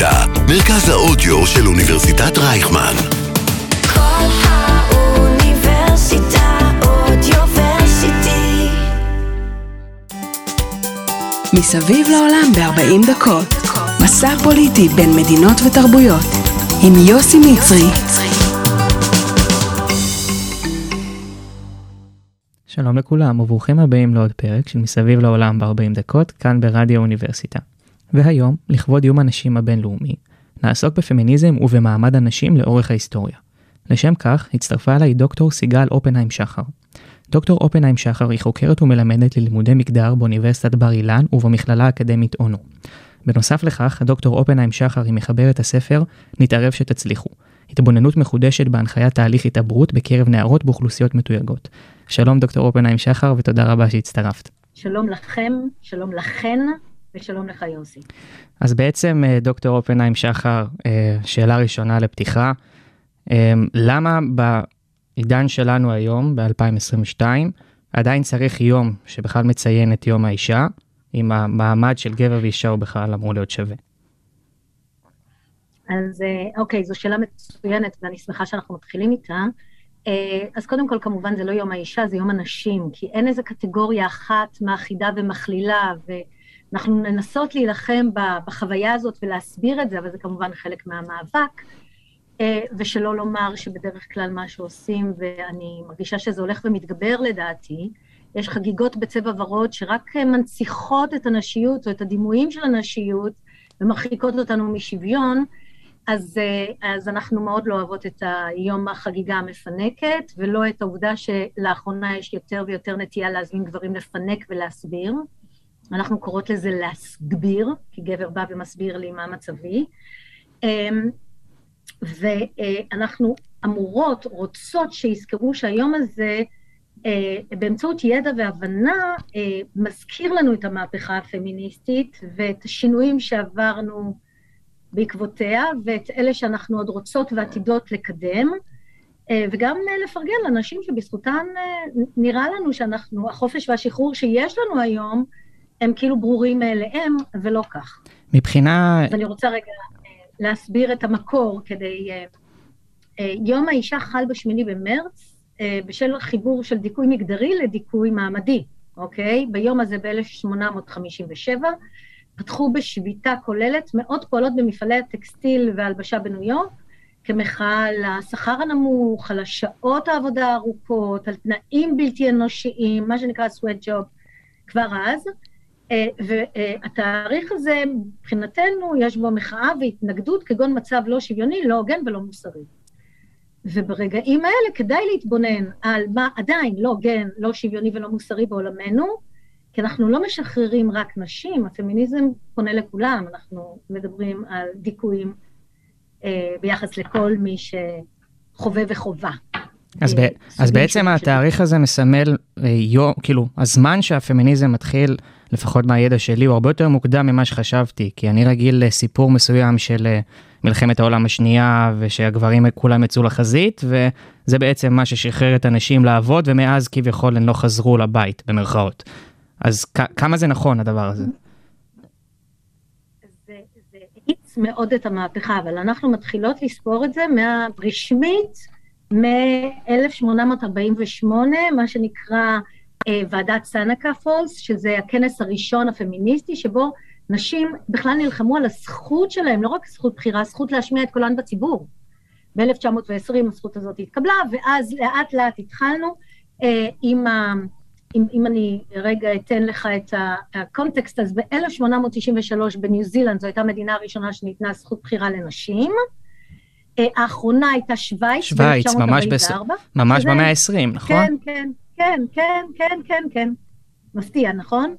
האוניברסיטה, מרכז האודיו של אוניברסיטת רייכמן. כל האוניברסיטה אודיוורסיטי. מסביב לעולם ב-40 דקות. מסע פוליטי בין מדינות ותרבויות. עם יוסי מצרי. שלום לכולם וברוכים הבאים לעוד פרק של מסביב לעולם ב-40 דקות, כאן ברדיו האוניברסיטה. והיום, לכבוד יום הנשים הבינלאומי, נעסוק בפמיניזם ובמעמד הנשים לאורך ההיסטוריה. לשם כך, הצטרפה אליי דוקטור סיגל אופנהיים שחר. דוקטור אופנהיים שחר היא חוקרת ומלמדת ללימודי מגדר באוניברסיטת בר אילן ובמכללה האקדמית אונו. בנוסף לכך, דוקטור אופנהיים שחר היא מחברת הספר נתערב שתצליחו. התבוננות מחודשת בהנחיית תהליך התעברות בקרב נערות באוכלוסיות מתויגות. שלום דוקטור אופנהיים שחר ותודה רבה שהצטרפת. שלום לכם, שלום לכן ושלום לך יוסי. אז בעצם דוקטור אופנהיים שחר, שאלה ראשונה לפתיחה, למה בעידן שלנו היום, ב-2022, עדיין צריך יום שבכלל מציין את יום האישה, אם המעמד של גבר ואישה הוא בכלל אמור להיות שווה? אז אוקיי, זו שאלה מצוינת ואני שמחה שאנחנו מתחילים איתה. אז קודם כל כמובן זה לא יום האישה, זה יום הנשים, כי אין איזו קטגוריה אחת מאחידה ומכלילה, ואנחנו ננסות להילחם בחוויה הזאת ולהסביר את זה, אבל זה כמובן חלק מהמאבק, ושלא לומר שבדרך כלל מה שעושים, ואני מרגישה שזה הולך ומתגבר לדעתי, יש חגיגות בצבע ורוד שרק מנציחות את הנשיות או את הדימויים של הנשיות, ומרחיקות אותנו משוויון, אז אנחנו מאוד לא אוהבות את היום החגיגה המפנקת, ולא את העובדה שלאחרונה יש יותר ויותר נטייה להזמין גברים לפנק ולהסביר. אנחנו קוראות לזה להסגביר, כי גבר בא ומסביר לי מה מצבי. ואנחנו אמורות, רוצות שיזכרו שהיום הזה, באמצעות ידע והבנה, מזכיר לנו את המהפכה הפמיניסטית, ואת השינויים שעברנו בעקבותיה, ואת אלה שאנחנו עוד רוצות ועתידות לקדם, וגם לפרגן לאנשים שבזכותן נראה לנו שאנחנו, החופש והשחרור שיש לנו היום, הם כאילו ברורים מאליהם, ולא כך. מבחינה... אז אני רוצה רגע להסביר את המקור, כדי... יום האישה חל ב8 במרץ, בשל חיבור של דיכוי מגדרי לדיכוי מעמדי, אוקיי? ביום הזה ב-1857, פתחו בשביתה כוללת מאות פועלות במפעלי הטקסטיל והלבשה בניו יורק, כמחאה על השכר הנמוך, על השעות העבודה הארוכות, על תנאים בלתי אנושיים, מה שנקרא sweat job, כבר אז. והתאריך הזה, מבחינתנו, יש בו מחאה והתנגדות, כגון מצב לא שוויוני, לא הוגן ולא מוסרי. וברגעים האלה כדאי להתבונן על מה עדיין לא הוגן, לא שוויוני ולא מוסרי בעולמנו, כי אנחנו לא משחררים רק נשים, הפמיניזם פונה לכולם, אנחנו מדברים על דיכויים ביחס לכל מי שחווה וחובה. אז בעצם התאריך הזה מסמל, כאילו, הזמן שהפמיניזם מתחיל, לפחות מהידע שלי, הוא הרבה יותר מוקדם ממה שחשבתי, כי אני רגיל לסיפור מסוים של מלחמת העולם השנייה, ושהגברים כולם יצאו לחזית, וזה בעצם מה ששחרר את הנשים לעבוד, ומאז כביכול הן לא חזרו לבית, במרכאות. אז כמה זה נכון הדבר הזה? זה האיץ מאוד את המהפכה, אבל אנחנו מתחילות לספור את זה רשמית מ-1848, מה שנקרא ועדת סנקה פולס, שזה הכנס הראשון הפמיניסטי, שבו נשים בכלל נלחמו על הזכות שלהם, לא רק זכות בחירה, זכות להשמיע את קולן בציבור. ב-1920 הזכות הזאת התקבלה, ואז לאט לאט התחלנו אם אני רגע אתן לך את הקונטקסט, אז ב-1893 בניו זילנד, זו הייתה המדינה הראשונה שניתנה זכות בחירה לנשים, האחרונה הייתה שוויץ, ממש במאה ה-20, נכון? כן, מפתיע, נכון?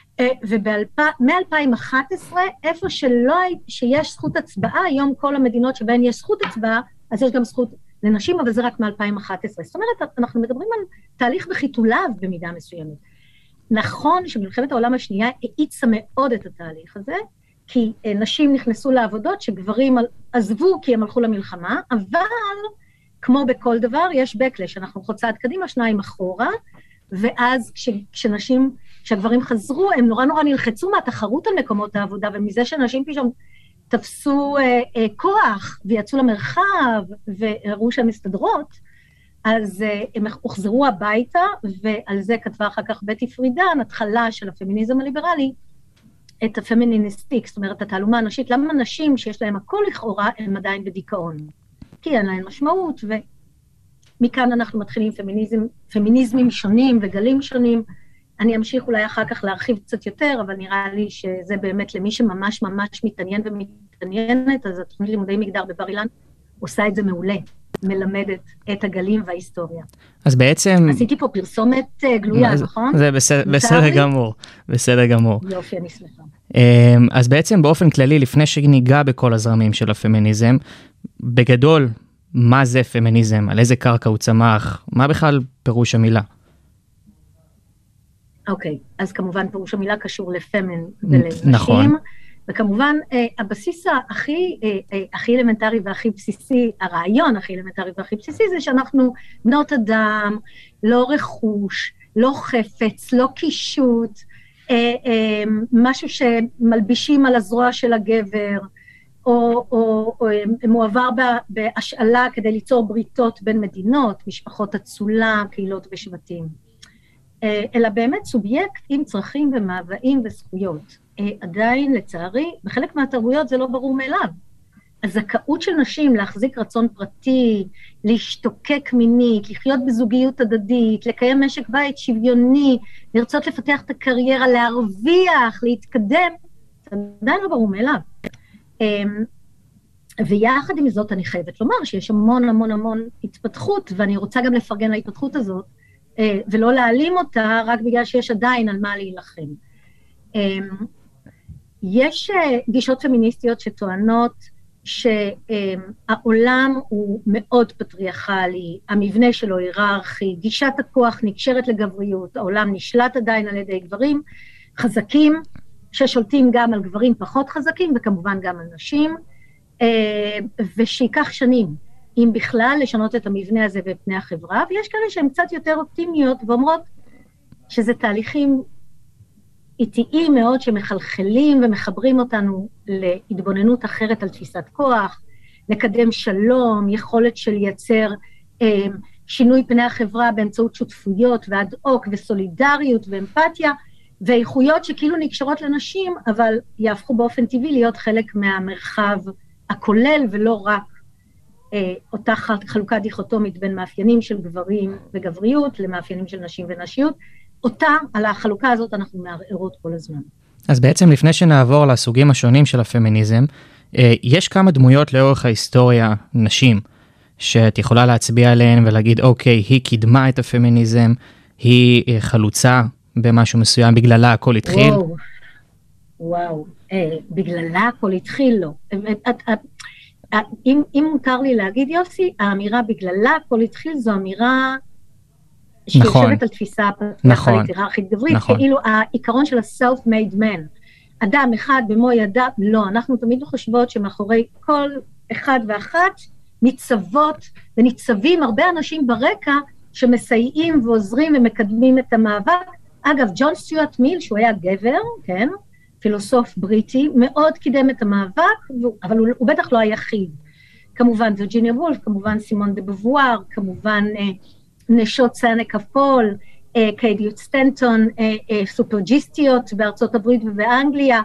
ומ-2011, איפה שיש זכות הצבעה, היום כל המדינות שבהן יש זכות הצבעה, אז יש גם זכות לנשים, אבל זה רק מ-2011. זאת אומרת, אנחנו מדברים על תהליך בחיתוליו במידה מסוימת. נכון שמלחמת העולם השנייה האיצה מאוד את התהליך הזה, כי נשים נכנסו לעבודות שגברים עזבו כי הם הלכו למלחמה, אבל כמו בכל דבר יש בקלש, אנחנו חוצה עד קדימה, 2 אחורה, ואז כשגברים חזרו, הם נורא נלחצו מהתחרות על מקומות העבודה, ומזה שנשים פתאום תפסו כוח ויצאו למרחב וראו שהן מסתדרות, אז הם הוחזרו הביתה, ועל זה כתבה אחר כך בטי פרידן, התחלה של הפמיניזם הליברלי, את הפמיניסטיק, זאת אומרת, התעלומה הנשית. למה נשים שיש להם הכל לכאורה, הם עדיין בדיכאון? כי אין להם משמעות, ומכאן אנחנו מתחילים פמיניזמים שונים וגלים שונים. אני אמשיך אולי אחר כך להרחיב קצת יותר, אבל נראה לי שזה באמת למי שממש ממש מתעניין ומתעניינת, אז התוכנית לימודי מגדר בבר אילן עושה את זה מעולה, מלמדת את הגלים וההיסטוריה. אז בעצם... עשיתי פה פרסומת גלויה, נכון? זה בסדר גמור, בסדר גמור. יופי, אני שמחה. אז בעצם באופן כללי, לפני שניגע בכל הזרמים של הפמיניזם, בגדול, מה זה פמיניזם? על איזה קרקע הוא צמח? מה בכלל פירוש המילה? אוקיי, אז כמובן פירוש המילה קשור לפמן ולנשים. נכון. וכמובן, הבסיס הכי אלמנטרי והכי בסיסי, הרעיון הכי אלמנטרי והכי בסיסי, זה שאנחנו בנות אדם, לא רכוש, לא חפץ, לא קישוט, משהו שמלבישים על הזרוע של הגבר, או מועבר בהשאלה כדי ליצור בריתות בין מדינות, משפחות אצולה, קהילות ושבטים. אלא באמת סובייקט עם צרכים ומאוויים וזכויות. עדיין, לצערי, בחלק מהתרבויות זה לא ברור מאליו. הזכאות של נשים להחזיק רצון פרטי, להשתוקק מינית, לחיות בזוגיות הדדית, לקיים משק בית שוויוני, לרצות לפתח את הקריירה, להרוויח, להתקדם, זה עדיין לא ברור מאליו. ויחד עם זאת אני חייבת לומר שיש המון המון המון התפתחות, ואני רוצה גם לפרגן להתפתחות הזאת, ולא להעלים אותה רק בגלל שיש עדיין על מה להילחם. יש גישות פמיניסטיות שטוענות שהעולם הוא מאוד פטריארכלי, המבנה שלו היררכי, גישת הכוח נקשרת לגבריות, העולם נשלט עדיין על ידי גברים חזקים, ששולטים גם על גברים פחות חזקים, וכמובן גם על נשים, ושיקח שנים, אם בכלל, לשנות את המבנה הזה בפני החברה, ויש כאלה שהן קצת יותר אופטימיות, ואומרות שזה תהליכים איטיים מאוד שמחלחלים ומחברים אותנו להתבוננות אחרת על תפיסת כוח, לקדם שלום, יכולת של לייצר שינוי פני החברה באמצעות שותפויות ועד עוק וסולידריות ואמפתיה, ואיכויות שכאילו נקשרות לנשים, אבל יהפכו באופן טבעי להיות חלק מהמרחב הכולל, ולא רק אותה חלוקה דיכוטומית בין מאפיינים של גברים וגבריות למאפיינים של נשים ונשיות. על החלוקה הזאת אנחנו מערערות כל הזמן. אז בעצם לפני שנעבור לסוגים השונים של הפמיניזם, יש כמה דמויות לאורך ההיסטוריה, נשים, שאת יכולה להצביע עליהן ולהגיד, אוקיי, היא קידמה את הפמיניזם, היא חלוצה במשהו מסוים, בגללה הכל התחיל? וואו, בגללה הכל התחיל, לא. אם מותר לי להגיד, יוסי, האמירה בגללה הכל התחיל, זו אמירה שיושבת על תפיסה פטריארכלית היררכית גברית, כאילו העיקרון של ה-self-made man. אדם אחד במו ידיו, לא, אנחנו תמיד חושבות שמאחורי כל אחד ואחת ניצבות וניצבים הרבה אנשים ברקע שמסייעים ועוזרים ומקדמים את המאבק. אגב, ג'ון סטיוארט מיל, שהוא היה גבר, כן, פילוסוף בריטי, מאוד קידם את המאבק, אבל הוא בטח לא היחיד. כמובן וירג'יניה וולף, כמובן סימון דה בובואר, כמובן נשות סנקה פול, קיידיות סטנטון, סופרג'יסטיות בארצות הברית ובאנגליה,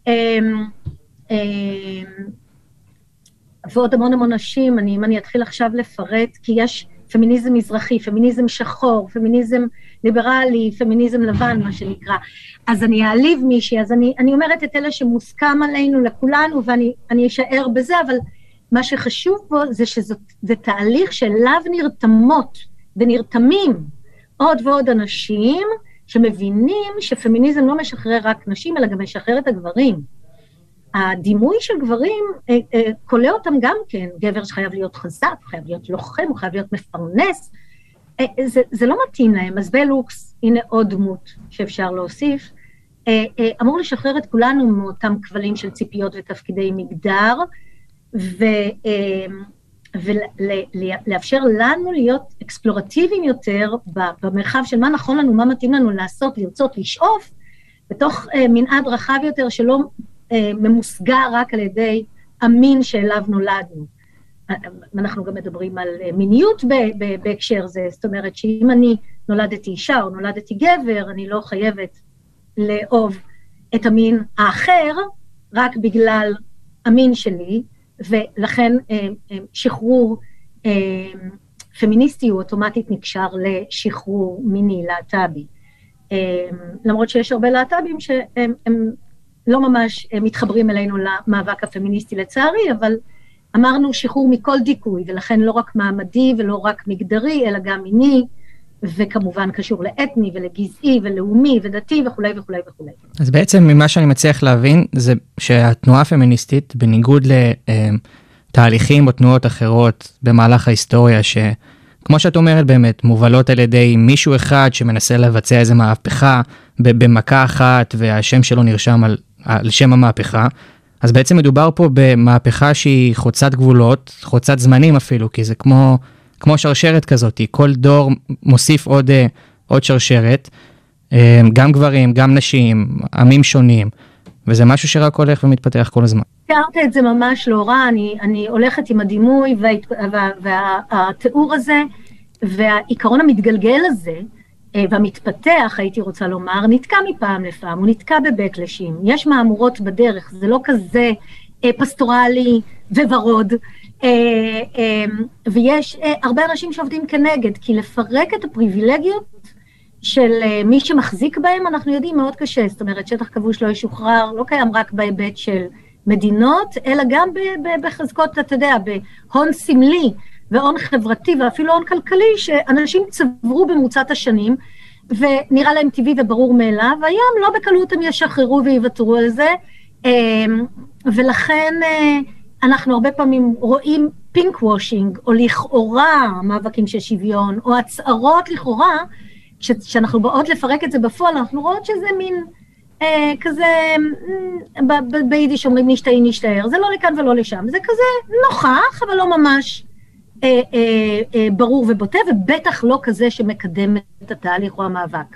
ועוד המון המון נשים. אם אני אתחיל עכשיו לפרט, כי יש פמיניזם מזרחי, פמיניזם שחור, פמיניזם ליברלי, פמיניזם לבן, מה שנקרא. אז אני אעליב מישהי, אז אני אומרת את אלה שמוסכם עלינו, לכולנו, ואני אשאר בזה, אבל מה שחשוב פה זה שזה תהליך שאליו נרתמות ונרתמים עוד ועוד אנשים שמבינים שפמיניזם לא משחרר רק נשים, אלא גם משחרר את הגברים. הדימוי של גברים קולה אותם גם כן, גבר שחייב להיות חזק, חייב להיות לוחם, הוא חייב להיות מפרנס, זה לא מתאים להם. אז בלוקס, הנה עוד דמות שאפשר להוסיף, אמור לשחרר את כולנו מאותם כבלים של ציפיות ותפקידי מגדר, ולאפשר לנו להיות אקספלורטיביים יותר במרחב של מה נכון לנו, מה מתאים לנו לעשות, לרצות, לשאוף, בתוך מנעד רחב יותר שלא ממוסגר רק על ידי המין שאליו נולדנו. אנחנו גם מדברים על מיניות בהקשר זה, זאת אומרת שאם אני נולדתי אישה או נולדתי גבר, אני לא חייבת לאהוב את המין האחר, רק בגלל המין שלי, ולכן שחרור פמיניסטי הוא אוטומטית נקשר לשחרור מיני להט"בי. למרות שיש הרבה להט"בים שהם לא ממש מתחברים אלינו למאבק הפמיניסטי לצערי, אבל אמרנו שחרור מכל דיכוי, ולכן לא רק מעמדי ולא רק מגדרי, אלא גם מיני, וכמובן קשור לאתני ולגזעי ולאומי ודתי וכו' וכו' וכו'. אז בעצם ממה שאני מצליח להבין, זה שהתנועה הפמיניסטית, בניגוד לתהליכים או תנועות אחרות במהלך ההיסטוריה, שכמו שאת אומרת באמת, מובלות על ידי מישהו אחד שמנסה לבצע איזה מהפכה במכה אחת, והשם שלו נרשם על שם המהפכה, אז בעצם מדובר פה במהפכה שהיא חוצת גבולות, חוצת זמנים אפילו, כי זה כמו שרשרת כזאת, כל דור מוסיף עוד שרשרת, גם גברים, גם נשים, עמים שונים, וזה משהו שרק הולך ומתפתח כל הזמן. תיארת את זה ממש לא רע, אני הולכת עם הדימוי והתיאור הזה, והעיקרון המתגלגל הזה, והמתפתח, הייתי רוצה לומר, נתקע מפעם לפעם, הוא נתקע בבקלשים, יש מהמורות בדרך, זה לא כזה פסטורלי וורוד, ויש הרבה אנשים שעובדים כנגד, כי לפרק את הפריבילגיות של מי שמחזיק בהם, אנחנו יודעים מאוד קשה, זאת אומרת, שטח כבוש לא ישוחרר, לא קיים רק בהיבט של מדינות, אלא גם בחזקות, אתה יודע, בהון סמלי, והון חברתי ואפילו הון כלכלי, שאנשים צברו במרוצת השנים, ונראה להם טבעי וברור מאליו, והיום לא בקלות הם ישחררו ויוותרו על זה, ולכן אנחנו הרבה פעמים רואים פינק וושינג, או לכאורה מאבקים של שוויון, או הצהרות לכאורה, כשאנחנו באות לפרק את זה בפועל, אנחנו רואות שזה מין כזה, ביידיש אומרים נשתהר, זה לא לכאן ולא לשם, זה כזה נוכח, אבל לא ממש ברור ובוטה, ובטח לא כזה שמקדם את התהליך או המאבק.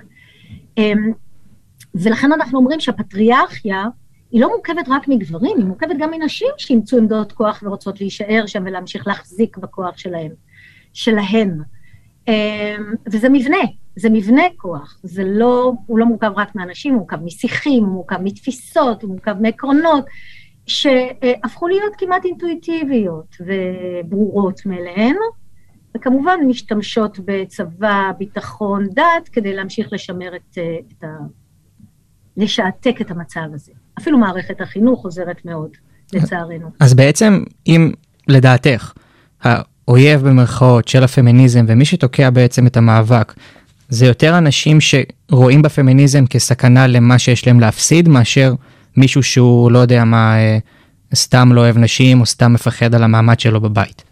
ולכן אנחנו אומרים שהפטריארכיה היא לא מורכבת רק מגברים, היא מורכבת גם מנשים שימצאו עמדות כוח ורוצות להישאר שם ולהמשיך להחזיק בכוח שלהן. וזה מבנה, זה מבנה כוח, הוא לא מורכב רק מאנשים, הוא מורכב משיחים, הוא מורכב מתפיסות, הוא מורכב מעקרונות, שהפכו להיות כמעט אינטואיטיביות וברורות מאליהן, וכמובן משתמשות בצבא, ביטחון, דת, כדי להמשיך לשמר לשעתק את המצב הזה. אפילו מערכת החינוך עוזרת מאוד, לצערנו. אז בעצם, אם לדעתך, האויב במרכאות של הפמיניזם, ומי שתוקע בעצם את המאבק, זה יותר אנשים שרואים בפמיניזם כסכנה למה שיש להם להפסיד, מאשר מישהו שהוא לא יודע מה, סתם לא אוהב נשים, או סתם מפחד על המעמד שלו בבית.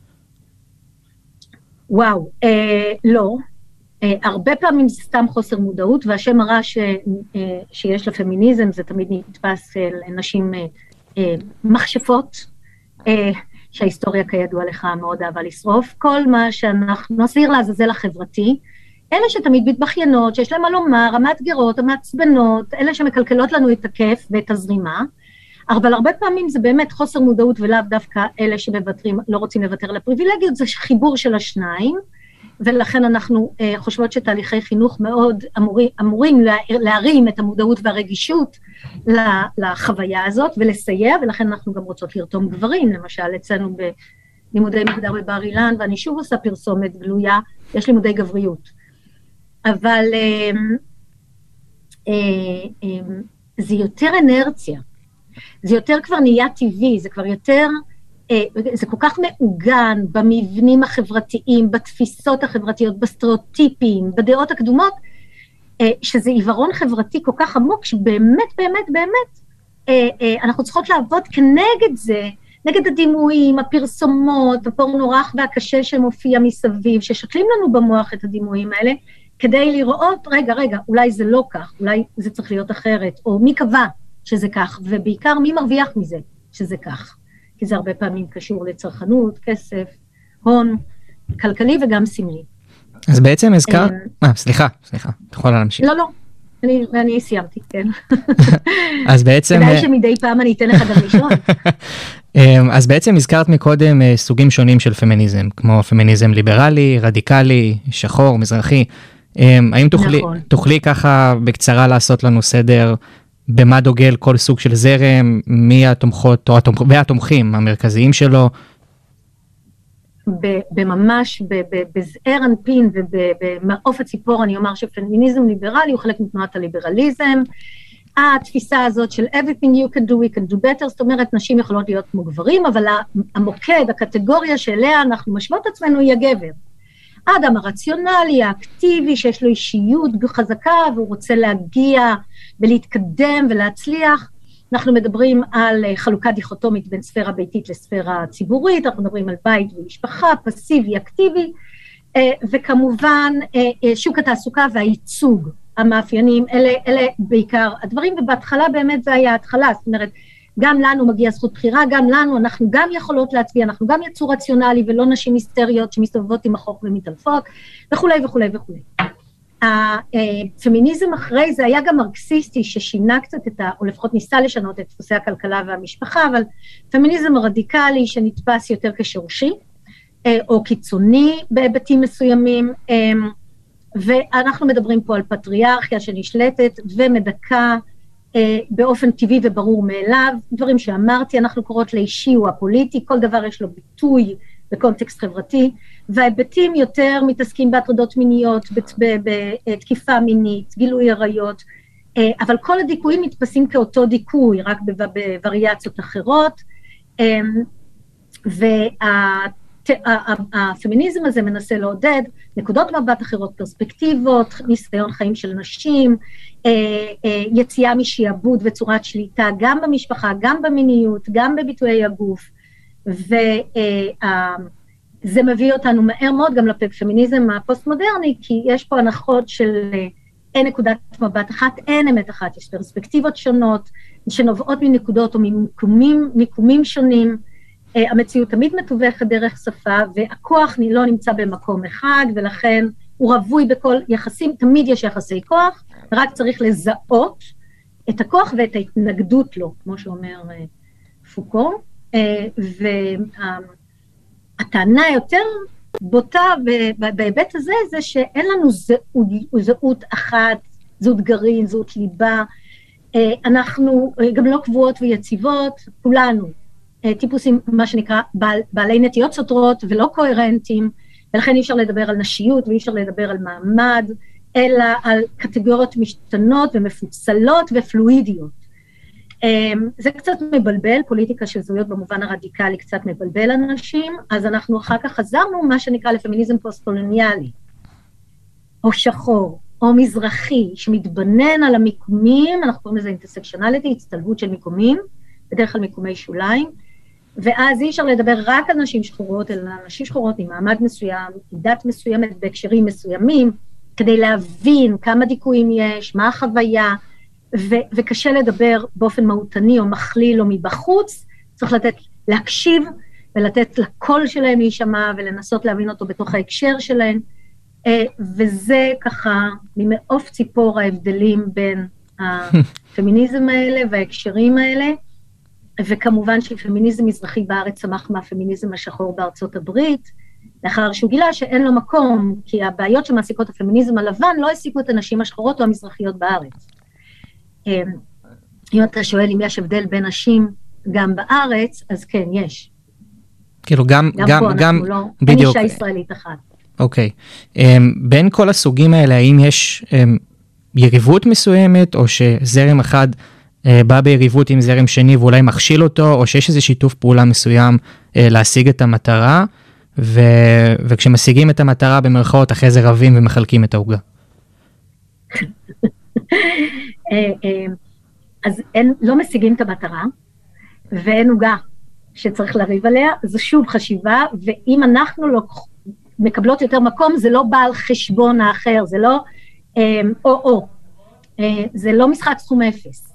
וואו, לא. הרבה פעמים זה סתם חוסר מודעות, והשם הרע שיש לפמיניזם, זה תמיד נתפס לנשים מכשפות, שההיסטוריה כידוע לך מאוד אהבה לשרוף. כל מה שאנחנו נסיר לעזאזל החברתי, אלה שתמיד מתבכיינות, שיש להם מה לומר, המאתגרות, המעצבנות, אלה שמקלקלות לנו את הכיף ואת הזרימה, אבל הרבה פעמים זה באמת חוסר מודעות, ולאו דווקא אלה שמוותרים, לא רוצים לוותר לפריבילגיות, זה חיבור של השניים, ולכן אנחנו חושבות שתהליכי חינוך מאוד אמורים להרים את המודעות והרגישות לחוויה הזאת, ולסייע, ולכן אנחנו גם רוצות לרתום גברים, למשל אצלנו בלימודי מגדר בבר אילן, ואני שוב עושה פרסומת גלויה, יש לימודי גבריות. אבל זה יותר אנרציה, זה יותר כבר נהיה טבעי, זה כבר יותר, זה כל כך מעוגן במבנים החברתיים, בתפיסות החברתיות, בסטריאוטיפים, בדעות הקדומות, שזה עיוורון חברתי כל כך עמוק, שבאמת, באמת, באמת, אנחנו צריכות לעבוד כנגד זה, נגד הדימויים, הפרסומות, הפורנוגרף והקשה שמופיע מסביב, ששותלים לנו במוח את הדימויים האלה, כדי לראות, רגע, אולי זה לא כך, אולי זה צריך להיות אחרת, או מי קבע שזה כך, ובעיקר מי מרוויח מזה שזה כך, כי זה הרבה פעמים קשור לצרכנות, כסף, הון, כלכלי וגם סמלי. אז בעצם סליחה, את יכולה להמשיך. לא, אני סיימתי, כן. אז בעצם... כדאי שמדי פעם אני אתן לך גם לישון. אז בעצם הזכרת מקודם סוגים שונים של פמיניזם, כמו פמיניזם ליברלי, רדיקלי, שחור, מזרחי. האם תוכלי ככה בקצרה לעשות לנו סדר במה דוגל כל סוג של זרם, מי התומכות והתומכים המרכזיים שלו? בממש, בזעיר אנפין ובמעוף הציפור, אני אומר שפמיניזם ליברלי הוא חלק מתנועת הליברליזם, התפיסה הזאת של everything you can do, we can do better, זאת אומרת, נשים יכולות להיות כמו גברים, אבל המוקד, הקטגוריה שאליה אנחנו משוות עצמנו היא הגבר. האדם הרציונלי, האקטיבי, שיש לו אישיות חזקה, והוא רוצה להגיע ולהתקדם ולהצליח. אנחנו מדברים על חלוקה דיכוטומית בין ספירה ביתית לספירה ציבורית, אנחנו מדברים על בית ומשפחה, פסיבי, אקטיבי, וכמובן שוק התעסוקה והייצוג המאפיינים, אלה בעיקר הדברים, ובהתחלה באמת זה היה התחלה, זאת אומרת, גם לנו מגיע זכות בחירה, גם לנו, אנחנו גם יכולות להצביע, אנחנו גם יצור רציונלי ולא נשים היסטריות שמסתובבות עם החוק ומתעלפות, וכו' וכו' וכו'. הפמיניזם אחרי זה היה גם מרקסיסטי ששינה קצת או לפחות ניסה לשנות את דפוסי הכלכלה והמשפחה, אבל פמיניזם רדיקלי שנתפס יותר כשורשי, או קיצוני בהיבטים מסוימים, ואנחנו מדברים פה על פטריארכיה שנשלטת ומדכא באופן טבעי וברור מאליו, דברים שאמרתי, אנחנו קוראות לאישי או הפוליטי, כל דבר יש לו ביטוי בקונטקסט חברתי, וההיבטים יותר מתעסקים בהטרדות מיניות, בתקיפה מינית, גילוי עריות, אבל כל הדיכויים מתפסים כאותו דיכוי, רק בווריאציות אחרות, והפמיניזם הזה מנסה לעודד נקודות מבט אחרות, פרספקטיבות, ניסיון חיים של נשים, יציאה משעבוד וצורת שליטה, גם במשפחה, גם במיניות, גם בביטויי הגוף, וזה מביא אותנו מהר מאוד גם לפמיניזם הפוסט-מודרני, כי יש פה הנחות של אין נקודת מבט אחת, אין אמת אחת, יש פרספקטיבות שונות, שנובעות מנקודות או ממיקומים שונים, המציאות תמיד מתווכת דרך שפה, והכוח לא נמצא במקום אחד, ולכן הוא רווי בכל יחסים, תמיד יש יחסי כוח, רק צריך לזהות את הכוח ואת ההתנגדות לו, כמו שאומר פוקו, והטענה יותר בוטה בהיבט הזה, זה שאין לנו זהות אחת, זהות גרעין, זהות ליבה, אנחנו גם לא קבועות ויציבות, כולנו, טיפוסים, מה שנקרא, בעלי נטיות סותרות ולא קוהרנטיים, ולכן אי אפשר לדבר על נשיות ואי אפשר לדבר על מעמד, אלא על קטגוריות משתנות ומפוצלות ופלואידיות. זה קצת מבלבל, פוליטיקה של זהויות במובן הרדיקלי קצת מבלבל אנשים, אז אנחנו אחר כך חזרנו מה שנקרא לפמיניזם פוסט-קולוניאלי, או שחור, או מזרחי, שמתבנן על המיקומים, אנחנו קוראים לזה אינטרסקשנליטי, הצטלבות של מיקומים, בדרך כלל מיקומי שוליים, ואז אי אפשר לדבר רק על נשים שחורות, אלא נשים שחורות עם מעמד מסוים, עם דת מסוימת בהקשרים מסוימים, כדי להבין כמה דיכויים יש, מה החוויה, וקשה לדבר באופן מהותני או מכליל או מבחוץ, צריך להקשיב ולתת לקול שלהם להישמע ולנסות להבין אותו בתוך ההקשר שלהם, וזה ככה ממעוף ציפור ההבדלים בין הפמיניזם האלה וההקשרים האלה, וכמובן שפמיניזם מזרחי בארץ צמח מהפמיניזם השחור בארצות הברית, לאחר שהוא גילה שאין לו מקום, כי הבעיות שמעסיקות הפמיניזם הלבן לא העסיקו את הנשים השחורות או המזרחיות בארץ. אם אתה שואל אם יש הבדל בין נשים גם בארץ, אז כן, יש. כאילו גם פה אנחנו לא, אין אישה ישראלית אחת. אוקיי. בין כל הסוגים האלה, האם יש יריבות מסוימת, או שזרם אחד בא ביריבות עם זרם שני ואולי מכשיל אותו, או שיש איזה שיתוף פעולה מסוים להשיג את המטרה, וכשמשיגים את המטרה במרכאות, אחרי זה רבים ומחלקים את העוגה. אז לא משיגים את המטרה, ואין עוגה שצריך לריב עליה, זו שוב חשיבה, ואם אנחנו לא מקבלות יותר מקום, זה לא בא על חשבון האחר, זה לא או, זה לא משחק סכום אפס.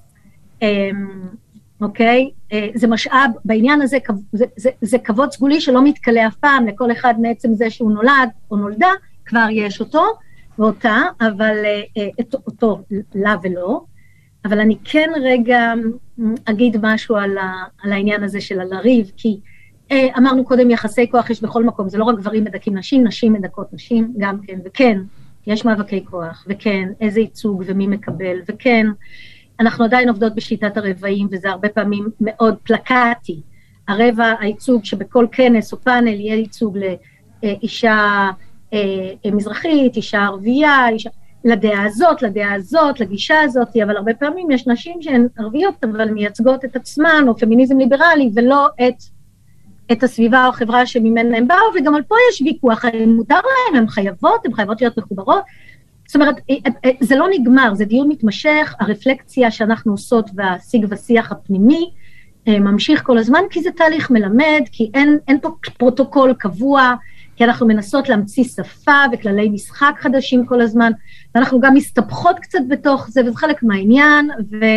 אוקיי? זה משאב, בעניין הזה, זה כבוד סגולי שלא מתקלה אף פעם, לכל אחד מעצם זה שהוא נולד או נולדה, כבר יש אותו, ואותה, אבל אותו לה ולא, אבל אני כן רגע אגיד משהו על העניין הזה של הלריב, כי אמרנו קודם יחסי כוח יש בכל מקום, זה לא רק גברים מדכים נשים, נשים מדכאות נשים גם כן, וכן, יש מאבקי כוח, וכן, איזה ייצוג ומי מקבל, וכן, אנחנו עדיין עובדות בשיטת הרבעים, וזה הרבה פעמים מאוד פלקטי, הרבע, הייצוג שבכל כנס או פאנל יהיה ייצוג לאישה מזרחית, אישה ערבייה, לדעה הזאת, לגישה הזאת, אבל הרבה פעמים יש נשים שהן ערביות, אבל מייצגות את עצמן, או פמיניזם ליברלי, ולא את הסביבה או החברה שממנה הם באו, וגם על פה יש ויכוח, הם מותר להם, הם חייבות להיות מחוברות, זאת אומרת, זה לא נגמר, זה דיון מתמשך, הרפלקציה שאנחנו עושות והשיג ושיח הפנימי, ממשיך כל הזמן, כי זה תהליך מלמד, כי אין פה פרוטוקול קבוע, כי אנחנו מנסות להמציא שפה וכללי משחק חדשים כל הזמן, ואנחנו גם מסתבכות קצת בתוך זה, וזה חלק מהעניין,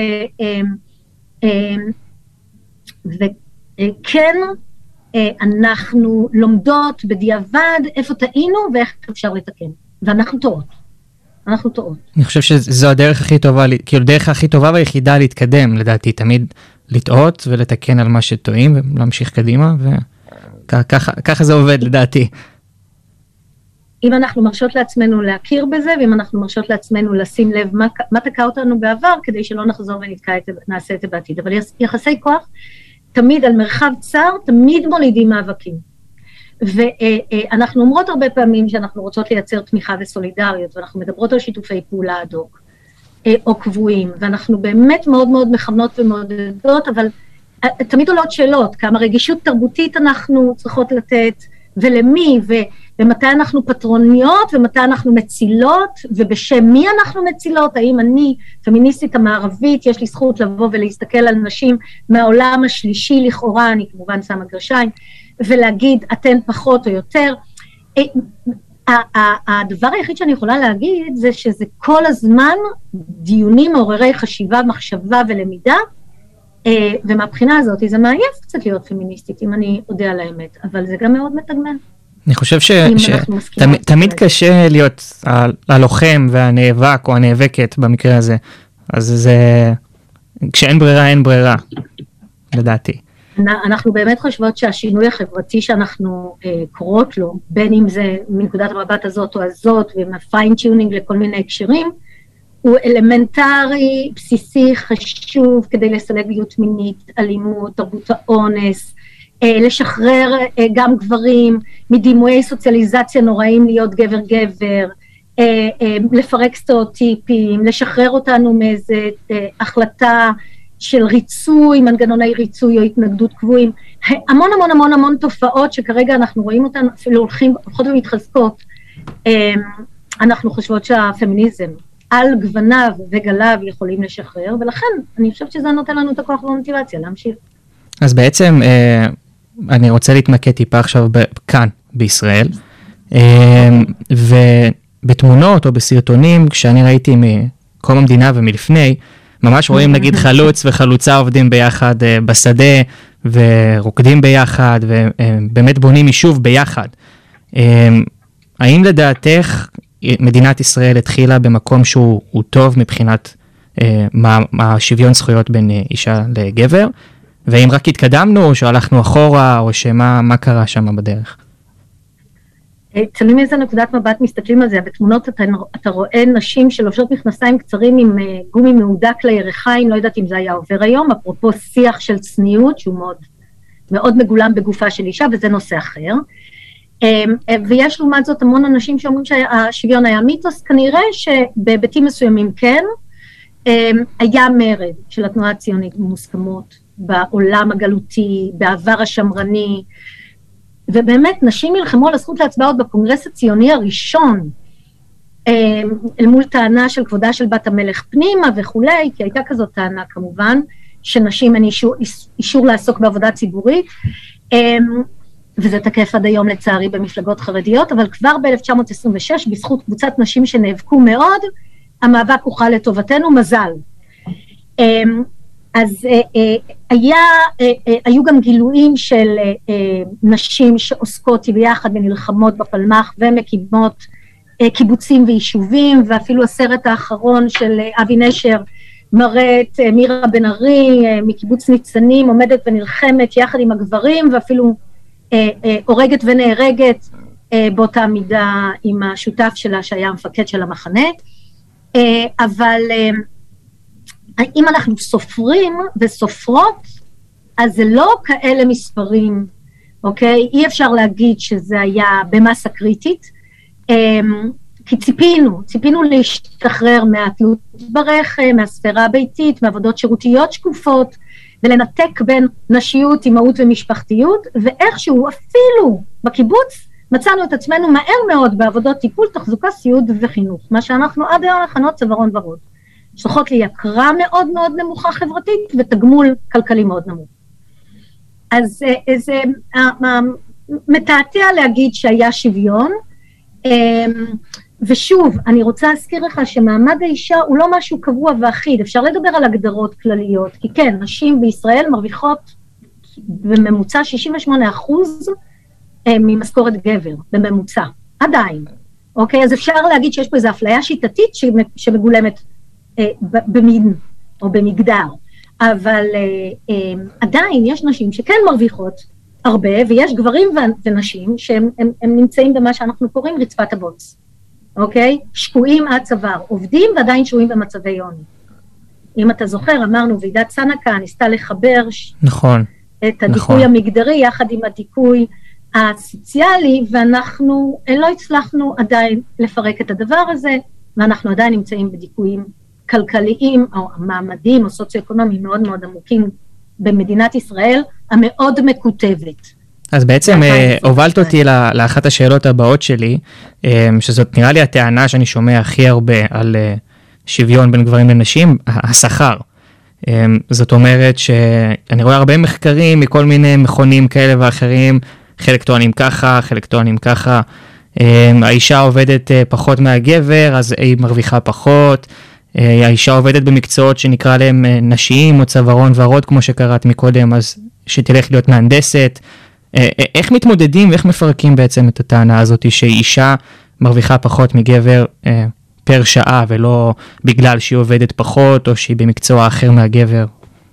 וכן, אנחנו לומדות בדיעבד איפה טעינו ואיך אפשר לתקן, ואנחנו טועות. אני חושב שזו הדרך הכי טובה, כאילו דרך הכי טובה והיחידה להתקדם, לדעתי, תמיד לטעות ולתקן על מה שטועים, ולהמשיך קדימה, וככה זה עובד, לדעתי. אם אנחנו מרשות לעצמנו להכיר בזה, ואם אנחנו מרשות לעצמנו לשים לב מה תקע אותנו בעבר, כדי שלא נחזור ונעשה את זה בעתיד. אבל יחסי כוח, תמיד על מרחב צר, תמיד מולידים מאבקים. ואנחנו אומרות הרבה פעמים שאנחנו רוצות לייצר תמיכה וסולידריות, ואנחנו מדברות על שיתופי פעולה הדוק, או קבועים, ואנחנו באמת מאוד מאוד מכוונות ומעודדות, אבל תמיד עולות שאלות, כמה רגישות תרבותית אנחנו צריכות לתת, ולמי, ומתי אנחנו פטרוניות, ומתי אנחנו מצילות, ובשם מי אנחנו מצילות, האם אני, פמיניסטית המערבית, יש לי זכות לבוא ולהסתכל על נשים מהעולם השלישי לכאורה, אני כמובן שמה גרשיים, ולהגיד אתן פחות או יותר. הדבר היחיד שאני יכולה להגיד, זה שזה כל הזמן דיונים מעוררי חשיבה, מחשבה ולמידה, ומהבחינה הזאת זה מעייף קצת להיות פמיניסטית, אם אני יודע על האמת, אבל זה גם מאוד מתגמל. אני חושב שתמיד קשה להיות הלוחם והנאבק או הנאבקת במקרה הזה, אז זה, כשאין ברירה, אין ברירה, לדעתי. אנחנו באמת חושבות שהשינוי החברתי שאנחנו קוראות לו, בין אם זה מנקודת המבט הזאת או הזאת, ועם הפיין-טיונינג לכל מיני הקשרים, הוא אלמנטרי, בסיסי, חשוב, כדי לסלג פגיעות מינית, אלימות, תרבות האונס, לשחרר גם גברים מדימויי סוציאליזציה נוראים להיות גבר-גבר, לפרק סטריאוטיפים, לשחרר אותנו מאיזו החלטה של ריצוי, מנגנוני ריצוי או התנגדות קבועים, המון המון המון המון תופעות שכרגע אנחנו רואים אותן, אפילו הולכות ומתחזקות, אנחנו חושבות שהפמיניזם על גווניו וגליו יכולים לשחרר, ולכן אני חושבת שזה נותן לנו את הכוח והמוטיבציה להמשיך. אז בעצם אני רוצה להתמקד טיפה עכשיו כאן בישראל, ובתמונות או בסרטונים, כשאני ראיתי מקום המדינה ומלפני, ממש רואים נגיד חלוץ וחלוצה עובדים ביחד בשדה, ורוקדים ביחד, ובאמת בונים יישוב ביחד. האם לדעתך מדינת ישראל התחילה במקום שהוא טוב מבחינת מה שוויון זכויות בין אישה לגבר, ואם רק התקדמנו או שהלכנו אחורה, או מה קרה שם בדרך? תלוי מאיזה נקודת מבט מסתכלים על זה, בתמונות אתה רואה נשים שלובשות מכנסיים קצרים עם גומי מהודק לירכיים, לא יודעת אם זה היה עובר היום, אפרופו שיח של צניעות, שהוא מאוד, מאוד מגולם בגופה של אישה, וזה נושא אחר. ויש לעומת זאת המון אנשים שאומרים שהשוויון היה מיתוס, כנראה שבהיבטים מסוימים כן, היה מרד של התנועה הציונית מוסכמות בעולם הגלותי, בעבר השמרני, ובאמת נשים נלחמו על הזכות להצבעות בקונגרס הציוני הראשון, אל מול טענה של כבודה של בת המלך פנימה וכולי, כי הייתה כזאת טענה כמובן, שנשים אין אישור לעסוק בעבודה ציבורית, וזה תקף עד היום לצערי במפלגות חרדיות, אבל כבר ב-1926, בזכות קבוצת נשים שנאבקו מאוד, המאבק הוכל לטובתנו, מזל. אז היו גם גילויים של נשים שעוסקות ביחד ונלחמות בפלמ"ח ומקימות קיבוצים ויישובים, ואפילו הסרט האחרון של אבי נשר מראה את מירה בן ארי מקיבוץ ניצנים עומדת ונלחמת יחד עם הגברים, ואפילו הורגת ונהרגת באותה מידה עם השותף שלה שהיה המפקד של המחנה. אבל אם אנחנו סופרים וסופרות, אז זה לא כאלה מספרים, אוקיי? אי אפשר להגיד שזה היה במסה קריטית, כי ציפינו להשתחרר מהתלות ברחם, מהספירה הביתית, מעבודות שירותיות שקופות, ולנתק בין נשיות, אימהות ומשפחתיות, ואיכשהו אפילו בקיבוץ מצאנו את עצמנו מהר מאוד בעבודות טיפול, תחזוקה, סיעוד וחינוך, מה שאנחנו עד היום מכנות צווארון ורוד. שולחות לי יקרה מאוד מאוד נמוכה חברתית, ותגמול כלכלי מאוד נמוך. אז זה מתעתע להגיד שהיה שוויון, ושוב, אני רוצה להזכיר לך שמעמד האישה הוא לא משהו קבוע ואחיד, אפשר לדבר על הגדרות כלליות, כי כן, נשים בישראל מרוויחות בממוצע 68% ממשכורת גבר, בממוצע, עדיין, אוקיי? אז אפשר להגיד שיש פה איזו אפליה שיטתית שמגולמת במין או במגדר, אבל עדיין יש נשים שכן מרוויחות הרבה, ויש גברים ונשים שהם נמצאים במה שאנחנו קוראים רצפת הבוץ, אוקיי? שקועים עד צוואר, עובדים ועדיין שרויים במצבי עוני. אם אתה זוכר, אמרנו, ועידת סנקה ניסתה לחבר נכון, את הדיכוי המגדרי יחד עם הדיכוי הסוציאלי, ואנחנו לא הצלחנו עדיין לפרק את הדבר הזה, ואנחנו עדיין נמצאים בדיכויים כלכליים או מעמדיים או סוציו-אקונומיים מאוד מאוד עמוקים במדינת ישראל, המאוד מקוטבת. אז בעצם הובלת אותי לאחת השאלות הבאות שלי, שזאת נראה לי הטענה שאני שומע הכי הרבה על שוויון בין גברים לנשים, השכר. זאת אומרת שאני רואה הרבה מחקרים מכל מיני מכונים כאלה ואחרים, חלק טוענים ככה, חלק טוענים ככה, האישה עובדת פחות מהגבר, אז היא מרוויחה פחות, האישה עובדת במקצועות שנקרא להם נשיים או צווארון ורוד, כמו שקראת מקודם, אז שתלך להיות מהנדסת. איך מתמודדים ואיך מפרקים בעצם את הטענה הזאת שאישה מרוויחה פחות מגבר פר שעה, ולא בגלל שהיא עובדת פחות או שהיא במקצוע אחר מהגבר?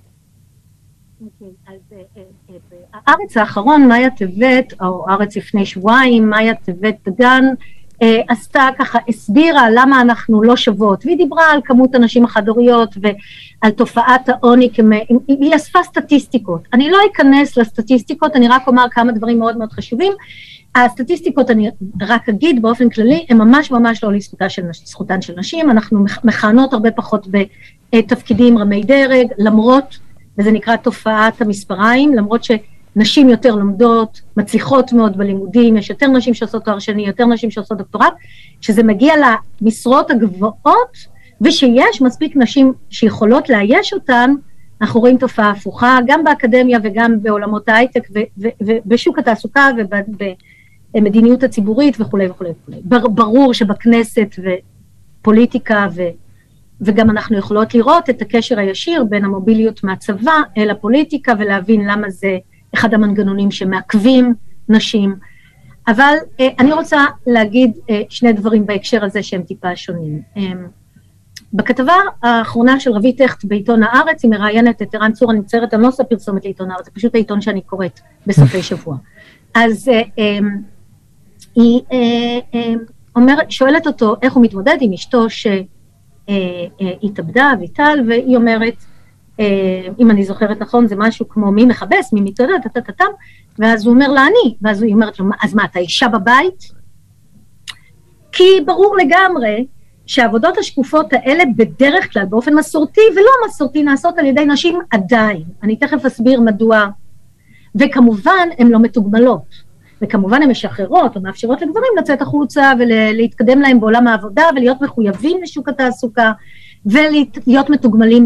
אז הארץ האחרון, מאיה טבת, או הארץ לפני שבועיים, מאיה טבת דגן, עשתה ככה, הסבירה למה אנחנו לא שוות, והיא דיברה על כמות הנשים החד-הוריות ועל תופעת העוני, היא אספה סטטיסטיקות. אני לא אכנס לסטטיסטיקות, אני רק אומר כמה דברים מאוד מאוד חשובים. הסטטיסטיקות, אני רק אגיד באופן כללי, הן ממש ממש לא לזכותן של נשים, אנחנו מכהנות הרבה פחות בתפקידים רמי דרג, למרות, וזה נקרא תופעת המספריים, למרות נשים יותר לומדות, מצליחות מאוד בלימודים, יש יותר נשים שעושות תואר שני, יותר נשים שעושות דוקטורט, שזה מגיע למשרות הגבוהות, ושיש מספיק נשים שיכולות לאייש אותן, אנחנו רואים תופעה הפוכה, גם באקדמיה וגם בעולמות ההייטק, ובשוק התעסוקה ובמדיניות הציבורית וכו' וכו' וכו'. ברור שבכנסת ופוליטיקה, וגם אנחנו יכולות לראות את הקשר הישיר בין המוביליות מהצבא אל הפוליטיקה, ולהבין למה זה אחד המנגנונים שמעכבים נשים. אבל אני רוצה להגיד שני דברים בהקשר הזה שהם טיפה שונים. בכתבה האחרונה של רבית הכט בעיתון הארץ, היא מראיינת את ערן צור, אני מצטערת, אני לא עושה פרסומת לעיתון הארץ, זה פשוט העיתון שאני קוראת בסופי שבוע. אז היא שואלת אותו איך הוא מתמודד עם אשתו שהתאבדה, ויטל, והיא אומרת, אם אני זוכרת נכון, זה משהו כמו מי מחבס, מי מתעודד, ואז הוא אומר לה אני, ואז היא אומרת לו, אז מה, אתה אישה בבית? כי ברור לגמרי שהעבודות השקופות האלה בדרך כלל, באופן מסורתי ולא מסורתי, נעשות על ידי נשים עדיין. אני תכף אסביר מדוע, וכמובן הן לא מתוגמלות, וכמובן הן משחררות או מאפשרות לגברים לצאת החוצה ולהתקדם להם בעולם העבודה, ולהיות מחויבים לשוק התעסוקה, ולהיות מתוגמלים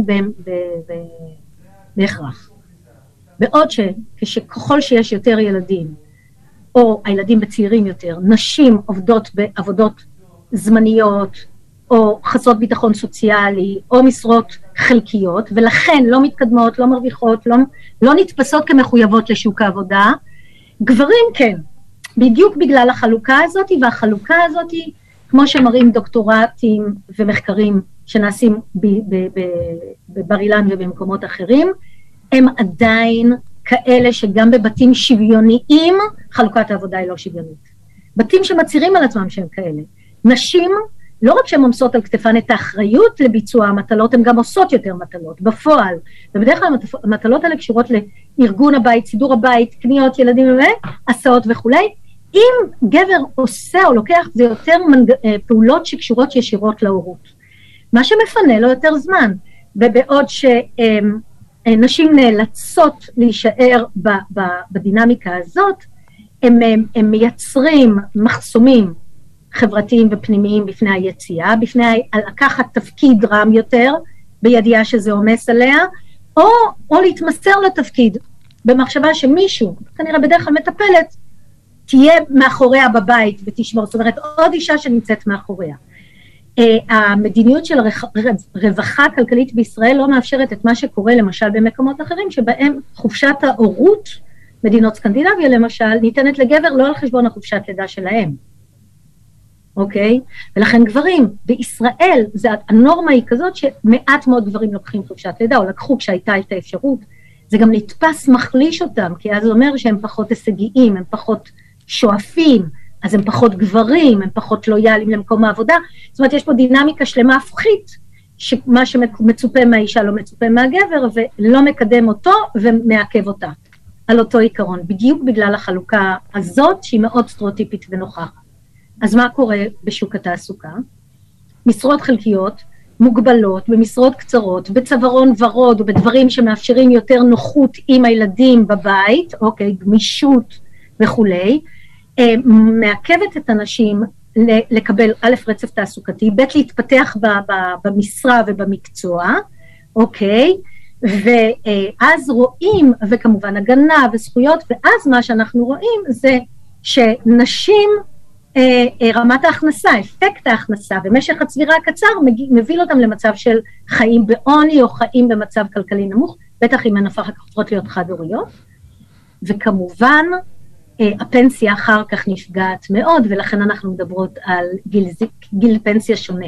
בהכרח. בעוד שככל שיש יותר ילדים, או הילדים בצעירים יותר, נשים עובדות בעבודות זמניות, או חסרות ביטחון סוציאלי, או משרות חלקיות, ולכן לא מתקדמות, לא מרוויחות, לא נתפסות כמחויבות לשוק העבודה. גברים כן, בדיוק בגלל החלוקה הזאת, והחלוקה הזאת, כמו שמראים דוקטורטים ומחקרים שנעשים בבר אילן ובמקומות אחרים, הם עדיין כאלה שגם בבתים שוויוניים, חלוקת העבודה היא לא שוויונית. בתים שמצהירים על עצמם שהם כאלה. נשים, לא רק שהן עומסות על כתפן את האחריות לביצוע המטלות, הן גם עושות יותר מטלות, בפועל. ובדרך כלל המטלות האלה קשורות לארגון הבית, סידור הבית, קניות, ילדים, הסעות וכולי. אם גבר עושה או לוקח, זה יותר פעולות שקשורות ישירות להורות. מה שמפנה לו יותר זמן, ובעוד שנשים נאלצות להישאר בדינמיקה הזאת, הם מייצרים מחסומים חברתיים ופנימיים בפני היציאה, בפני לקחת תפקיד רם יותר, בידיעה שזה עומס עליה, או להתמסר לתפקיד, במחשבה שמישהו, כנראה בדרך כלל מטפלת, תהיה מאחוריה בבית ותשמור, זאת אומרת, עוד אישה שנמצאת מאחוריה. המדיניות של רווחה כלכלית בישראל לא מאפשרת את מה שקורה למשל במקומות אחרים, שבהם חופשת ההורות, מדינות סקנדינביה למשל, ניתנת לגבר לא על חשבון החופשת לידה שלהם. אוקיי? ולכן גברים, בישראל, הנורמה היא כזאת שמעט מאוד גברים לוקחים חופשת לידה, או לקחו כשהייתה את האפשרות, זה גם נתפס מחליש אותם, כי אז זה אומר שהם פחות הישגיים, הם פחות שואפים, אז הם פחות גברים, הם פחות לויאליים למקום העבודה, זאת אומרת, יש פה דינמיקה שלמה הפכית, שמה שמצופה מהאישה לא מצופה מהגבר, ולא מקדם אותו ומעכב אותה, על אותו עיקרון, בדיוק בגלל החלוקה הזאת, שהיא מאוד סטריאוטיפית ונוכחת. אז מה קורה בשוק התעסוקה? משרות חלקיות, מוגבלות, במשרות קצרות, בצווארון ורוד, ובדברים שמאפשרים יותר נוחות עם הילדים בבית, אוקיי, גמישות וכולי, מעכבת את הנשים לקבל א' רצף תעסוקתי, ב' להתפתח במשרה ובמקצוע, אוקיי, ואז רואים, וכמובן הגנה וזכויות, ואז מה שאנחנו רואים זה שנשים, רמת ההכנסה, אפקט ההכנסה, במשך הצבירה הקצר מביא אותם למצב של חיים בעוני או חיים במצב כלכלי נמוך, בטח אם הן אחר כך הופכות להיות חד-הוריות, וכמובן הפנסיה אחר כך נפגעת מאוד, ולכן אנחנו מדברות על גיל פנסיה שונה.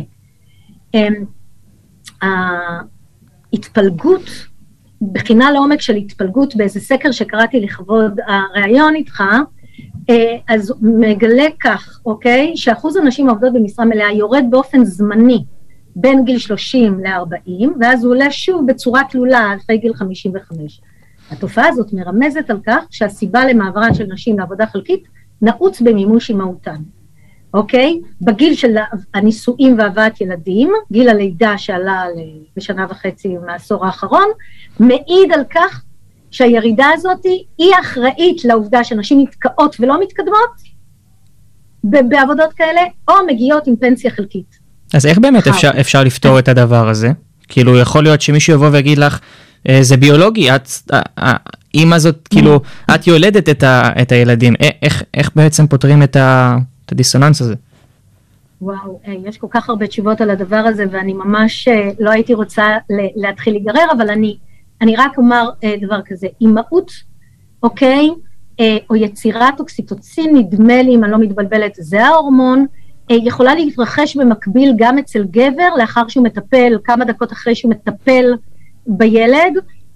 ההתפלגות, בחינה לעומק של התפלגות באיזה סקר שקראתי לכבוד הרעיון איתך, אז מגלה כך, אוקיי, שאחוז הנשים העובדות במשרה מלאה יורד באופן זמני בין גיל 30 ל-40, ואז הוא עולה שוב בצורה תלולה אחרי גיל 55. התופעה הזאת מרמזת על כך שהסיבה למעברן של נשים לעבודה חלקית נעוץ במימוש אימהותן. אוקיי? בגיל של הנישואים והבאת ילדים, גיל הלידה שעלה בשנה וחצי מהעשור האחרון, מעיד על כך שהירידה הזאת היא אחראית לעובדה שנשים נתקעות ולא מתקדמות בעבודות כאלה, או מגיעות עם פנסיה חלקית. אז איך באמת אפשר לפתור את הדבר הזה? כאילו יכול להיות שמישהו יבוא ויגיד לך, זה ביולוגי, האמא הזאת, כאילו, את יולדת את הילדים, איך בעצם פותרים את הדיסוננס הזה? וואו, יש כל כך הרבה תשובות על הדבר הזה, ואני ממש לא הייתי רוצה להתחיל להיגרר, אבל אני רק אומר דבר כזה, אימהות, אוקיי, או יצירת אוקסיטוצין, נדמה לי, אם אני לא מתבלבלת, זה ההורמון, יכולה להתרחש במקביל גם אצל גבר, לאחר שהוא מטפל, כמה דקות אחרי שהוא מטפל בילד,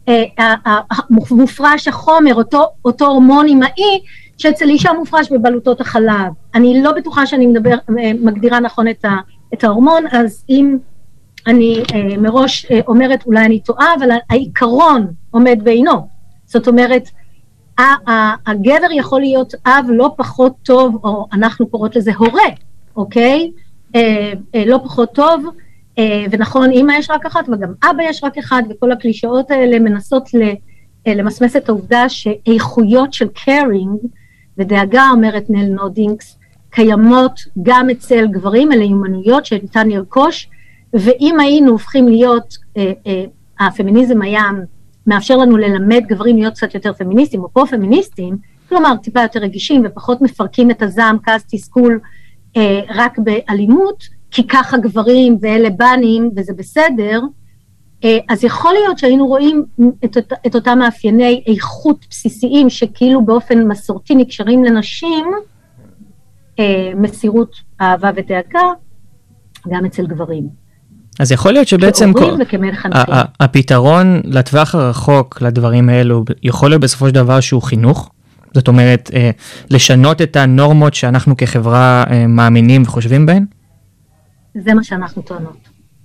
מופרש החומר, אותו הורמון אימהי, שאצל אישה מופרש בבלוטות החלב. אני לא בטוחה שאני מגדירה נכון את ההורמון, אז אם אני מראש אומרת, אולי אני טועה, אבל העיקרון עומד בעינו. זאת אומרת, הגבר יכול להיות אב לא פחות טוב, או אנחנו קוראות לזה הורה, אוקיי? לא פחות טוב, ונכון, אמא יש רק אחת, וגם אבא יש רק אחד, וכל הקלישאות האלה מנסות למסמס את העובדה שאיכויות של קיירינג, ודאגה אומרת נל נודינגס, קיימות גם אצל גברים, אלה יומנויות שניתן לרכוש, ואם היינו הופכים להיות, הפמיניזם היה מאפשר לנו ללמד גברים להיות קצת יותר פמיניסטים, או פרו-פמיניסטים, כלומר טיפה יותר רגישים, ופחות מפרקים את הזעם, כעס, תסכול, רק באלימות, כי ככה גברים ואלה בנים, וזה בסדר, אז יכול להיות שהיינו רואים את אותם מאפייני איכות בסיסיים, שכאילו באופן מסורתי נקשרים לנשים, מסירות, אהבה ודאגה, גם אצל גברים. אז יכול להיות שבעצם וכמחנכים. הפתרון לטווח הרחוק לדברים האלו, יכול להיות בסופו של דבר שהוא חינוך? זאת אומרת, לשנות את הנורמות שאנחנו כחברה מאמינים וחושבים בהן? זה מה שאנחנו טוענות.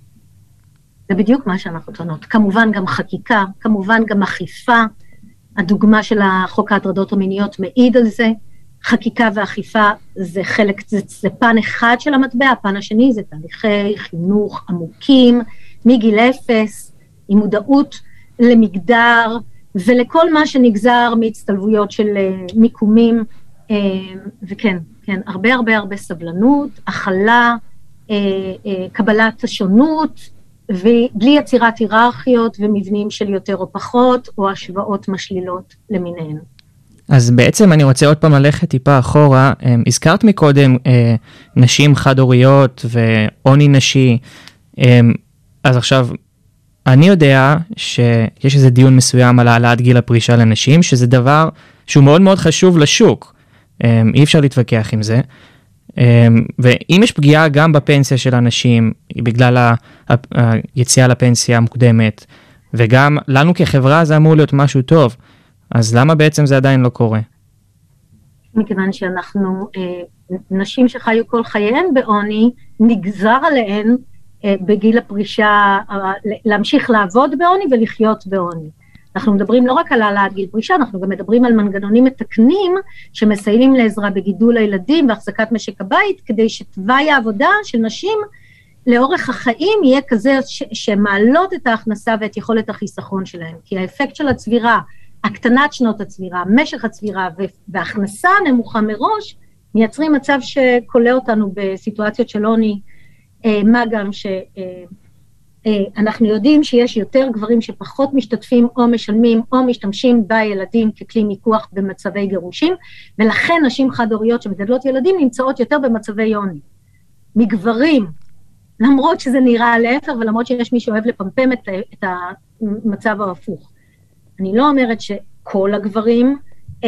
זה בדיוק מה שאנחנו טוענות. כמובן גם חקיקה, כמובן גם אכיפה. הדוגמה של החוק ההטרדות המיניות מעיד על זה. חקיקה ואכיפה זה חלק, זה פן אחד של המטבע, הפן השני זה תהליכי חינוך עמוקים, מגיל 0, עם מודעות למגדר, ולכל מה שנגזר מהצטלבויות של מיקומים, וכן, כן, הרבה סבלנות, הכלה, קבלת השונות, ובלי יצירת היררכיות ומבנים של יותר או פחות, או השוואות משלילות למיניהן. אז בעצם אני רוצה עוד פעם ללכת טיפה אחורה, הזכרת מקודם נשים חד-הוריות ועוני נשי, אז עכשיו אני יודע שיש איזה דיון מסוים על העלאת גיל הפרישה לנשים, שזה דבר שהוא מאוד מאוד חשוב לשוק, אי אפשר להתווכח עם זה, ואם יש פגיעה גם בפנסיה של אנשים, בגלל היציאה לפנסיה המוקדמת, וגם לנו כחברה זה אמור להיות משהו טוב, אז למה בעצם זה עדיין לא קורה? מכיוון שאנחנו, נשים שחיו כל חייהן בעוני, נגזר עליהן בגיל הפרישה, להמשיך לעבוד בעוני ולחיות בעוני. אנחנו מדברים לא רק על העלאת גיל פרישה, אנחנו גם מדברים על מנגנונים מתקנים, שמסייעים לעזרה בגידול הילדים והחזקת משק הבית, כדי שתוואי העבודה של נשים לאורך החיים יהיה כזה שמעלות את ההכנסה ואת יכולת החיסכון שלהם, כי האפקט של הצבירה, הקטנת שנות הצבירה, משך הצבירה וההכנסה הנמוכה מראש, מייצרים מצב שקולה אותנו בסיטואציות של עוני, מה גם שאנחנו יודעים שיש יותר גברים שפחות משתתפים או משלמים או משתמשים בילדים ככלי מיקוח במצבי גירושים, ולכן נשים חד-הוריות שמגדלות ילדים נמצאות יותר במצבי עוני. מגברים, למרות שזה נראה להפך ולמרות שיש מי שאוהב לפמפם את המצב ההפוך. אני לא אומרת שכל הגברים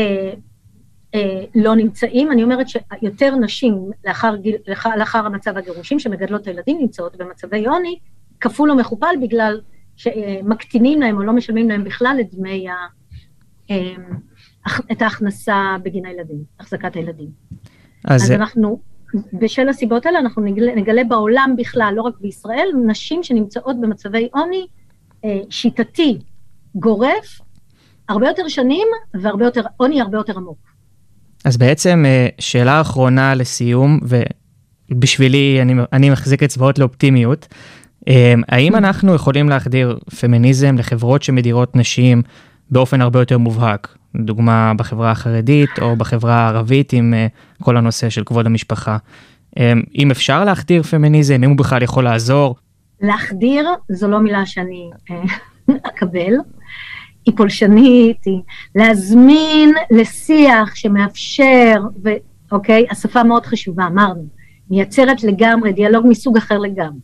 לא נמצאים, אני אומרת שיותר נשים לאחר המצב הגירושים שמגדלות את הילדים נמצאות במצבי עוני, כפול או מכופל בגלל שמקטינים להם או לא משלמים להם בכלל את ההכנסה בגין הילדים, החזקת הילדים. אז אנחנו, בשל הסיבות האלה, אנחנו נגלה בעולם בכלל, לא רק בישראל, נשים שנמצאות במצבי עוני שיטתי, גורף, הרבה יותר שנים והרבה יותר, עוני הרבה יותר עמוק. אז בעצם שאלה אחרונה לסיום, ובשבילי אני מחזיק אצבעות לאופטימיות, האם אנחנו יכולים להחדיר פמיניזם לחברות שמדירות נשים באופן הרבה יותר מובהק? דוגמה בחברה החרדית או בחברה הערבית עם כל הנושא של כבוד המשפחה. אם אפשר להחדיר פמיניזם, אם הוא בכלל יכול לעזור? להחדיר זו לא מילה שאני אקבל. היא פולשנית, היא להזמין לשיח שמאפשר, אוקיי, השפה מאוד חשובה, אמרנו, מייצרת לגמרי, דיאלוג מסוג אחר לגמרי.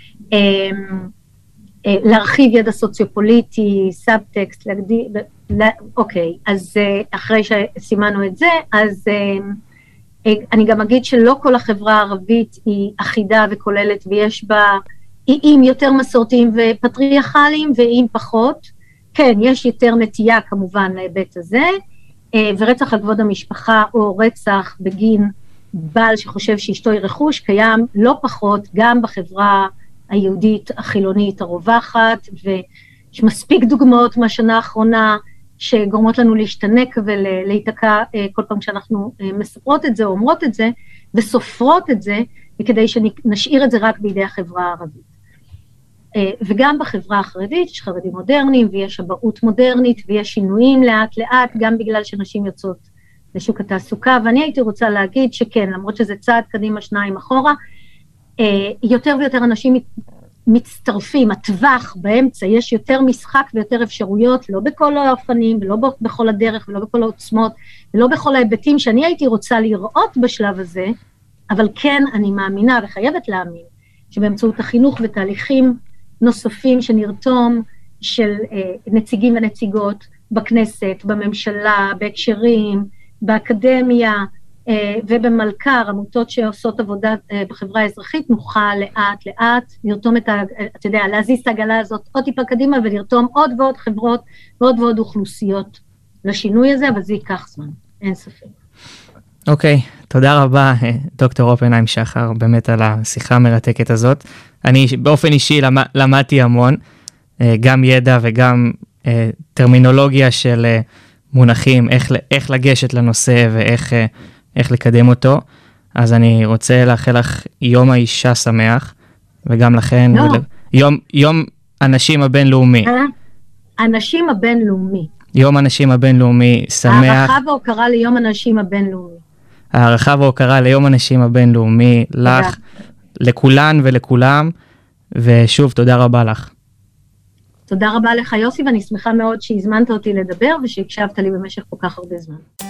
להרחיב ידע סוציופוליטי, סאבטקסט, להגדיל, אוקיי, אז אחרי שסימנו את זה, אז אני גם אגיד שלא כל החברה הערבית היא אחידה וכוללת, ויש בה איים יותר מסורתיים ופטריארכליים, ואיים פחות, כן, יש יותר נטייה כמובן להיבט הזה, ורצח על כבוד המשפחה או רצח בגין בעל שחושב שאשתו היא רכוש, קיים לא פחות גם בחברה היהודית החילונית הרווחת, ויש מספיק דוגמאות מהשנה האחרונה שגורמות לנו להשתנק ולהיתקע כל פעם שאנחנו מספרות את זה או אומרות את זה, וסופרות את זה, וכדי שנשאיר את זה רק בידי החברה הערבית. וגם בחברה החרדית יש חרדים מודרניים, ויש אבהות מודרנית, ויש שינויים לאט לאט, גם בגלל שנשים יוצאות לשוק התעסוקה, ואני הייתי רוצה להגיד שכן, למרות שזה צעד קדימה 2 אחורה, יותר ויותר אנשים מצטרפים, הטווח באמצע, יש יותר משחק ויותר אפשרויות, לא בכל האופנים, ולא בכל הדרך, ולא בכל העוצמות, ולא בכל ההיבטים שאני הייתי רוצה לראות בשלב הזה, אבל כן אני מאמינה וחייבת להאמין, שבאמצעות החינוך ותהליכים נוספים שנרתום של נציגים ונציגות בכנסת, בממשלה, בהקשרים, באקדמיה, ובמלכ"ר, עמותות שעושות עבודה בחברה האזרחית, נוכל לאט לאט לרתום אתה יודע, להזיז את העגלה הזאת עוד טיפה קדימה, ולרתום עוד ועוד חברות ועוד ועוד אוכלוסיות לשינוי הזה, אבל זה ייקח זמן, אין ספק. אוקיי, תודה רבה דוקטור אופנהיים שחר, באמת על השיחה המרתקת הזאת. אני באופן אישי למדתי המון, גם ידע וגם טרמינולוגיה של מונחים, איך לגשת לנושא ואיך לקדם אותו. אז אני רוצה לאחל לך יום האישה שמח, וגם לכן יום הנשים הבינלאומי. הנשים הבינלאומי. יום הנשים הבינלאומי שמח. הערכה והוקרה ליום הנשים הבינלאומי. הערכה והוקרה ליום הנשים הבינלאומי, לך, לכולן ולכולם, ושוב, תודה רבה לך. תודה רבה לך יוסי, ואני שמחה מאוד שהזמנת אותי לדבר, ושהקשבת לי במשך כל כך הרבה זמן.